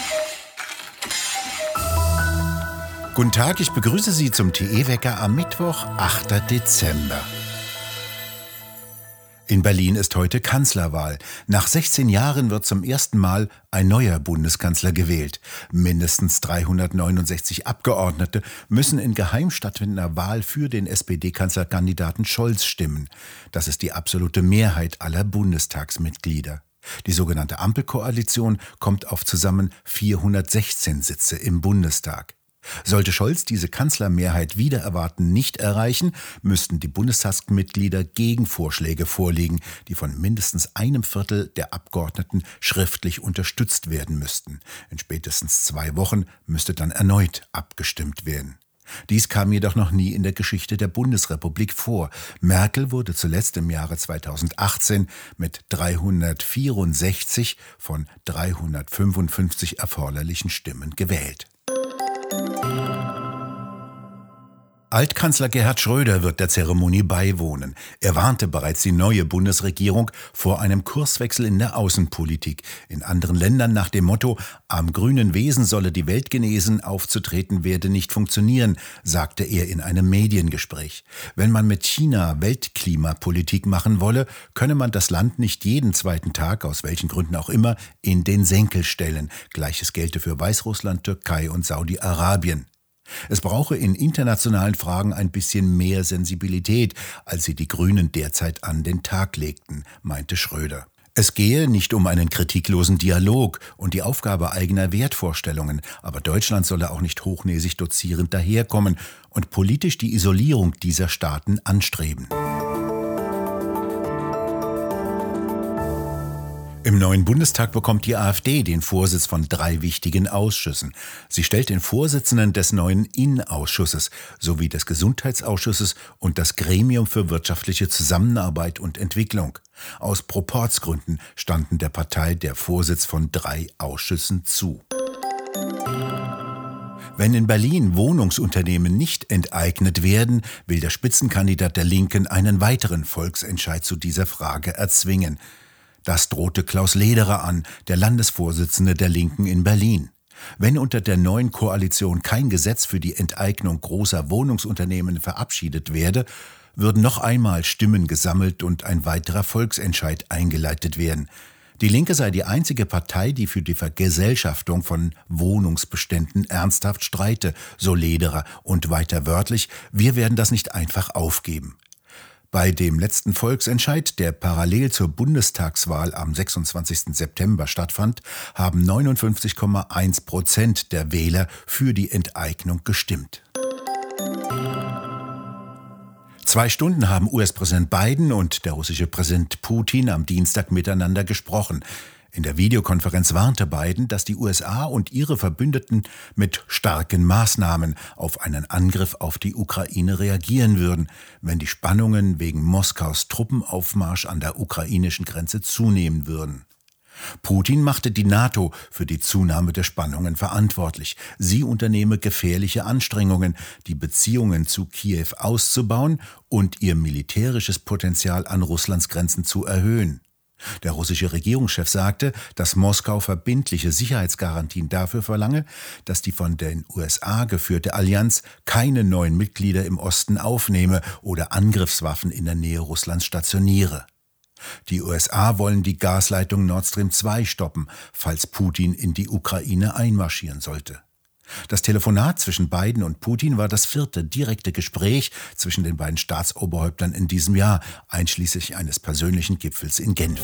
Guten Tag, ich begrüße Sie zum TE-Wecker am Mittwoch, 8. Dezember. In Berlin ist heute Kanzlerwahl. Nach 16 Jahren wird zum ersten Mal ein neuer Bundeskanzler gewählt. Mindestens 369 Abgeordnete müssen in geheim stattfindender Wahl für den SPD-Kanzlerkandidaten Scholz stimmen. Das ist die absolute Mehrheit aller Bundestagsmitglieder. Die sogenannte Ampelkoalition kommt auf zusammen 416 Sitze im Bundestag. Sollte Scholz diese Kanzlermehrheit wider Erwarten nicht erreichen, müssten die Bundestagsmitglieder Gegenvorschläge vorlegen, die von mindestens einem Viertel der Abgeordneten schriftlich unterstützt werden müssten. In spätestens 2 Wochen müsste dann erneut abgestimmt werden. Dies kam jedoch noch nie in der Geschichte der Bundesrepublik vor. Merkel wurde zuletzt im Jahre 2018 mit 364 von 355 erforderlichen Stimmen gewählt. Altkanzler Gerhard Schröder wird der Zeremonie beiwohnen. Er warnte bereits die neue Bundesregierung vor einem Kurswechsel in der Außenpolitik. In anderen Ländern nach dem Motto „Am grünen Wesen solle die Welt genesen, aufzutreten werde nicht funktionieren“, sagte er in einem Mediengespräch. Wenn man mit China Weltklimapolitik machen wolle, könne man das Land nicht jeden zweiten Tag, aus welchen Gründen auch immer, in den Senkel stellen. Gleiches gelte für Weißrussland, Türkei und Saudi-Arabien. Es brauche in internationalen Fragen ein bisschen mehr Sensibilität, als sie die Grünen derzeit an den Tag legten, meinte Schröder. Es gehe nicht um einen kritiklosen Dialog und die Aufgabe eigener Wertvorstellungen, aber Deutschland solle auch nicht hochnäsig dozierend daherkommen und politisch die Isolierung dieser Staaten anstreben. Im neuen Bundestag bekommt die AfD den Vorsitz von 3 wichtigen Ausschüssen. Sie stellt den Vorsitzenden des neuen Innenausschusses sowie des Gesundheitsausschusses und das Gremium für wirtschaftliche Zusammenarbeit und Entwicklung. Aus Proporzgründen standen der Partei der Vorsitz von 3 Ausschüssen zu. Wenn in Berlin Wohnungsunternehmen nicht enteignet werden, will der Spitzenkandidat der Linken einen weiteren Volksentscheid zu dieser Frage erzwingen. Das drohte Klaus Lederer an, der Landesvorsitzende der Linken in Berlin. Wenn unter der neuen Koalition kein Gesetz für die Enteignung großer Wohnungsunternehmen verabschiedet werde, würden noch einmal Stimmen gesammelt und ein weiterer Volksentscheid eingeleitet werden. Die Linke sei die einzige Partei, die für die Vergesellschaftung von Wohnungsbeständen ernsthaft streite, so Lederer, und weiter wörtlich: „Wir werden das nicht einfach aufgeben." Bei dem letzten Volksentscheid, der parallel zur Bundestagswahl am 26. September stattfand, haben 59,1% der Wähler für die Enteignung gestimmt. 2 Stunden haben US-Präsident Biden und der russische Präsident Putin am Dienstag miteinander gesprochen. In der Videokonferenz warnte Biden, dass die USA und ihre Verbündeten mit starken Maßnahmen auf einen Angriff auf die Ukraine reagieren würden, wenn die Spannungen wegen Moskaus Truppenaufmarsch an der ukrainischen Grenze zunehmen würden. Putin machte die NATO für die Zunahme der Spannungen verantwortlich. Sie unternehme gefährliche Anstrengungen, die Beziehungen zu Kiew auszubauen und ihr militärisches Potenzial an Russlands Grenzen zu erhöhen. Der russische Regierungschef sagte, dass Moskau verbindliche Sicherheitsgarantien dafür verlange, dass die von den USA geführte Allianz keine neuen Mitglieder im Osten aufnehme oder Angriffswaffen in der Nähe Russlands stationiere. Die USA wollen die Gasleitung Nord Stream 2 stoppen, falls Putin in die Ukraine einmarschieren sollte. Das Telefonat zwischen Biden und Putin war das 4. direkte Gespräch zwischen den beiden Staatsoberhäuptern in diesem Jahr, einschließlich eines persönlichen Gipfels in Genf.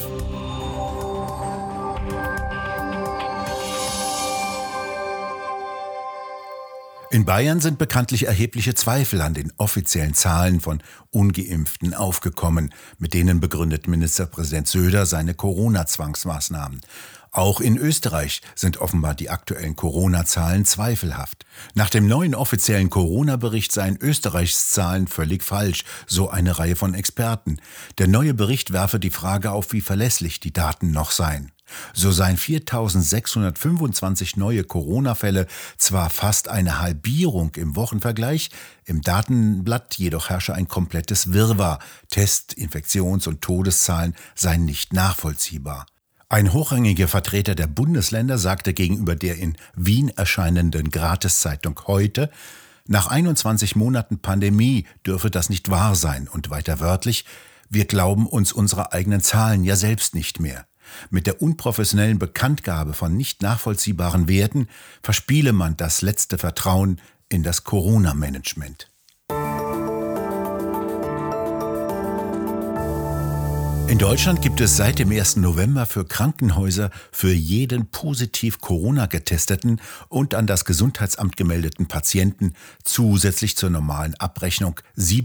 In Bayern sind bekanntlich erhebliche Zweifel an den offiziellen Zahlen von Ungeimpften aufgekommen. Mit denen begründet Ministerpräsident Söder seine Corona-Zwangsmaßnahmen. Auch in Österreich sind offenbar die aktuellen Corona-Zahlen zweifelhaft. Nach dem neuen offiziellen Corona-Bericht seien Österreichs Zahlen völlig falsch, so eine Reihe von Experten. Der neue Bericht werfe die Frage auf, wie verlässlich die Daten noch seien. So seien 4.625 neue Corona-Fälle zwar fast eine Halbierung im Wochenvergleich, im Datenblatt jedoch herrsche ein komplettes Wirrwarr. Test-, Infektions- und Todeszahlen seien nicht nachvollziehbar. Ein hochrangiger Vertreter der Bundesländer sagte gegenüber der in Wien erscheinenden Gratiszeitung Heute, nach 21 Monaten Pandemie dürfe das nicht wahr sein und weiter wörtlich, wir glauben uns unsere eigenen Zahlen ja selbst nicht mehr. Mit der unprofessionellen Bekanntgabe von nicht nachvollziehbaren Werten verspiele man das letzte Vertrauen in das Corona-Management. In Deutschland gibt es seit dem 1. November für Krankenhäuser für jeden positiv Corona getesteten und an das Gesundheitsamt gemeldeten Patienten zusätzlich zur normalen Abrechnung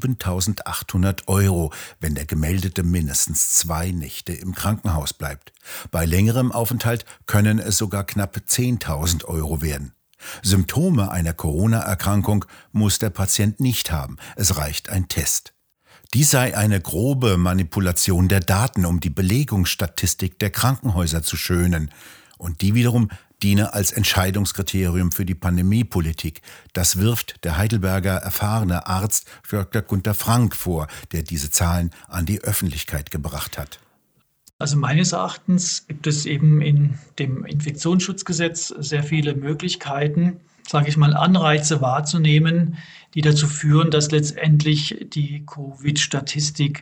7.800 €, wenn der Gemeldete mindestens 2 Nächte im Krankenhaus bleibt. Bei längerem Aufenthalt können es sogar knapp 10.000 € werden. Symptome einer Corona-Erkrankung muss der Patient nicht haben, es reicht ein Test. Dies sei eine grobe Manipulation der Daten, um die Belegungsstatistik der Krankenhäuser zu schönen. Und die wiederum diene als Entscheidungskriterium für die Pandemiepolitik. Das wirft der Heidelberger erfahrene Arzt Dr. Günter Frank vor, der diese Zahlen an die Öffentlichkeit gebracht hat. Also meines Erachtens gibt es eben in dem Infektionsschutzgesetz sehr viele Möglichkeiten, sage ich mal, Anreize wahrzunehmen, die dazu führen, dass letztendlich die Covid-Statistik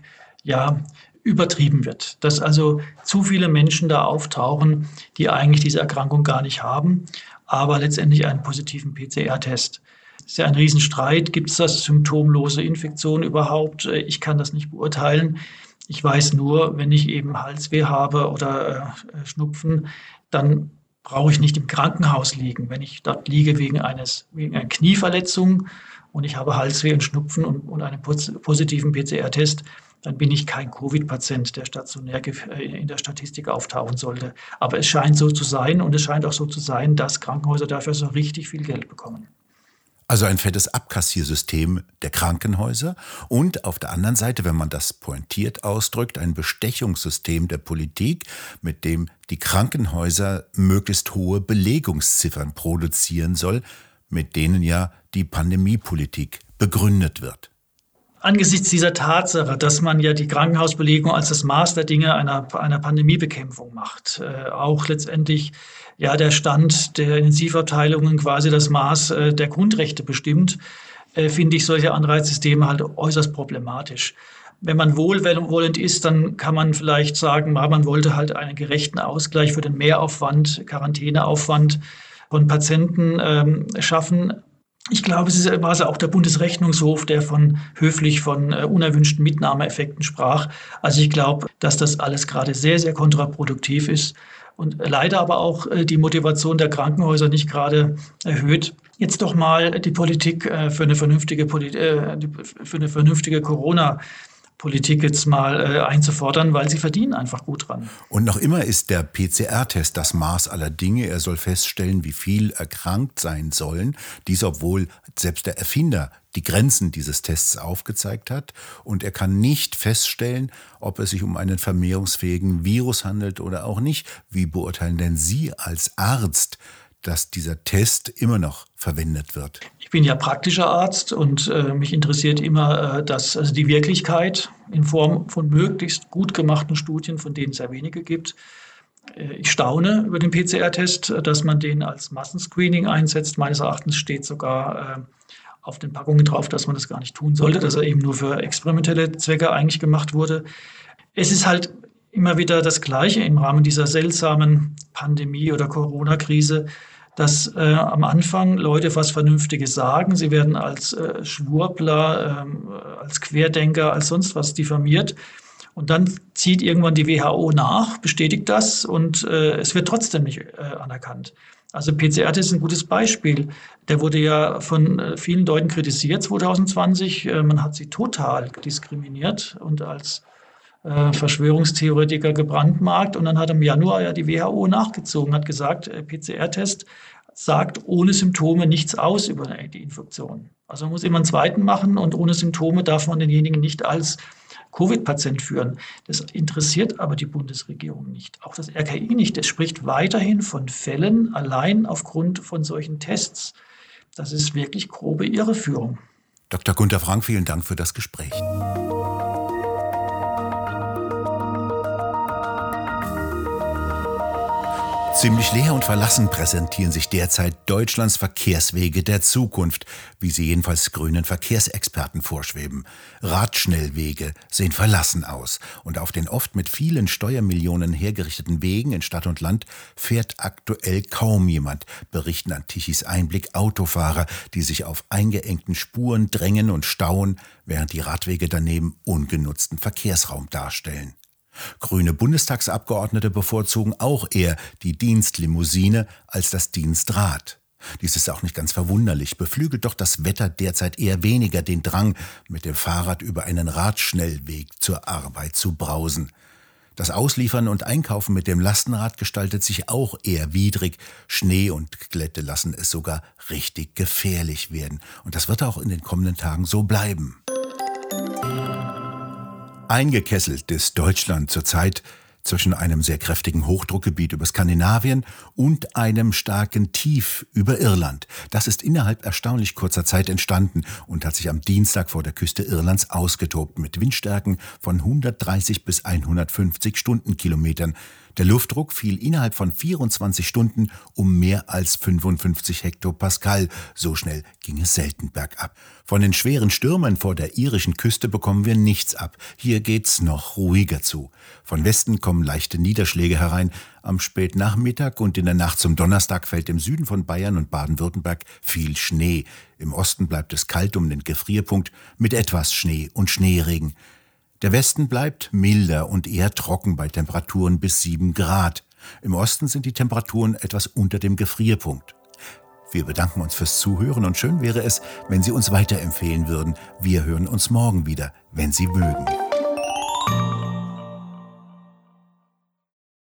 übertrieben wird. Dass also zu viele Menschen da auftauchen, die eigentlich diese Erkrankung gar nicht haben, aber letztendlich einen positiven PCR-Test. Das ist ja ein Riesenstreit. Gibt es das symptomlose Infektion überhaupt? Ich kann das nicht beurteilen. Ich weiß nur, wenn ich eben Halsweh habe oder Schnupfen, dann brauche ich nicht im Krankenhaus liegen. Wenn ich dort liege wegen einer Knieverletzung und ich habe Halsweh und Schnupfen und einen positiven PCR-Test, dann bin ich kein Covid-Patient, der stationär in der Statistik auftauchen sollte. Aber es scheint so zu sein und es scheint auch so zu sein, dass Krankenhäuser dafür so richtig viel Geld bekommen. Also ein fettes Abkassiersystem der Krankenhäuser und auf der anderen Seite, wenn man das pointiert ausdrückt, ein Bestechungssystem der Politik, mit dem die Krankenhäuser möglichst hohe Belegungsziffern produzieren soll, mit denen ja die Pandemiepolitik begründet wird. Angesichts dieser Tatsache, dass man ja die Krankenhausbelegung als das Maß der Dinge einer Pandemiebekämpfung macht, auch letztendlich der Stand der Intensivabteilungen quasi das Maß der Grundrechte bestimmt, finde ich solche Anreizsysteme halt äußerst problematisch. Wenn man wohlwollend ist, dann kann man vielleicht sagen, man wollte halt einen gerechten Ausgleich für den Mehraufwand, Quarantäneaufwand von Patienten schaffen. Ich glaube, es war auch der Bundesrechnungshof, der von unerwünschten Mitnahmeeffekten sprach. Also ich glaube, dass das alles gerade sehr, sehr kontraproduktiv ist und leider aber auch die Motivation der Krankenhäuser nicht gerade erhöht, jetzt doch mal die Politik für eine vernünftige Corona-Politik jetzt mal einzufordern, weil sie verdienen einfach gut dran. Und noch immer ist der PCR-Test das Maß aller Dinge. Er soll feststellen, wie viel erkrankt sein sollen. Dies, obwohl selbst der Erfinder die Grenzen dieses Tests aufgezeigt hat. Und er kann nicht feststellen, ob es sich um einen vermehrungsfähigen Virus handelt oder auch nicht. Wie beurteilen denn Sie als Arzt, dass dieser Test immer noch verwendet wird? Ich bin ja praktischer Arzt und mich interessiert immer die Wirklichkeit in Form von möglichst gut gemachten Studien, von denen es sehr wenige gibt. Ich staune über den PCR-Test, dass man den als Massenscreening einsetzt. Meines Erachtens steht sogar auf den Packungen drauf, dass man das gar nicht tun sollte, dass er eben nur für experimentelle Zwecke eigentlich gemacht wurde. Es ist halt immer wieder das Gleiche im Rahmen dieser seltsamen Pandemie oder Corona-Krise, dass am Anfang Leute was Vernünftiges sagen. Sie werden als Schwurbler, als Querdenker, als sonst was diffamiert. Und dann zieht irgendwann die WHO nach, bestätigt das und es wird trotzdem nicht anerkannt. Also PCR-Test ist ein gutes Beispiel. Der wurde ja von vielen Leuten kritisiert 2020. Man hat sie total diskriminiert und als Verschwörungstheoretiker gebrandmarkt. Und dann hat im Januar ja die WHO nachgezogen, hat gesagt, PCR-Test sagt ohne Symptome nichts aus über die Infektion. Also man muss immer einen zweiten machen und ohne Symptome darf man denjenigen nicht als Covid-Patient führen. Das interessiert aber die Bundesregierung nicht, auch das RKI nicht. Es spricht weiterhin von Fällen allein aufgrund von solchen Tests. Das ist wirklich grobe Irreführung. Dr. Günter Frank, vielen Dank für das Gespräch. Ziemlich leer und verlassen präsentieren sich derzeit Deutschlands Verkehrswege der Zukunft, wie sie jedenfalls grünen Verkehrsexperten vorschweben. Radschnellwege sehen verlassen aus und auf den oft mit vielen Steuermillionen hergerichteten Wegen in Stadt und Land fährt aktuell kaum jemand, berichten an Tichys Einblick Autofahrer, die sich auf eingeengten Spuren drängen und stauen, während die Radwege daneben ungenutzten Verkehrsraum darstellen. Grüne Bundestagsabgeordnete bevorzugen auch eher die Dienstlimousine als das Dienstrad. Dies ist auch nicht ganz verwunderlich, beflügelt doch das Wetter derzeit eher weniger den Drang, mit dem Fahrrad über einen Radschnellweg zur Arbeit zu brausen. Das Ausliefern und Einkaufen mit dem Lastenrad gestaltet sich auch eher widrig. Schnee und Glätte lassen es sogar richtig gefährlich werden. Und das wird auch in den kommenden Tagen so bleiben. Eingekesselt ist Deutschland zurzeit zwischen einem sehr kräftigen Hochdruckgebiet über Skandinavien und einem starken Tief über Irland. Das ist innerhalb erstaunlich kurzer Zeit entstanden und hat sich am Dienstag vor der Küste Irlands ausgetobt mit Windstärken von 130 bis 150 Stundenkilometern. Der Luftdruck fiel innerhalb von 24 Stunden um mehr als 55 Hektopascal. So schnell ging es selten bergab. Von den schweren Stürmen vor der irischen Küste bekommen wir nichts ab. Hier geht's noch ruhiger zu. Von Westen kommen leichte Niederschläge herein. Am Spätnachmittag und in der Nacht zum Donnerstag fällt im Süden von Bayern und Baden-Württemberg viel Schnee. Im Osten bleibt es kalt um den Gefrierpunkt mit etwas Schnee und Schneeregen. Der Westen bleibt milder und eher trocken bei Temperaturen bis 7 Grad. Im Osten sind die Temperaturen etwas unter dem Gefrierpunkt. Wir bedanken uns fürs Zuhören und schön wäre es, wenn Sie uns weiterempfehlen würden. Wir hören uns morgen wieder, wenn Sie mögen.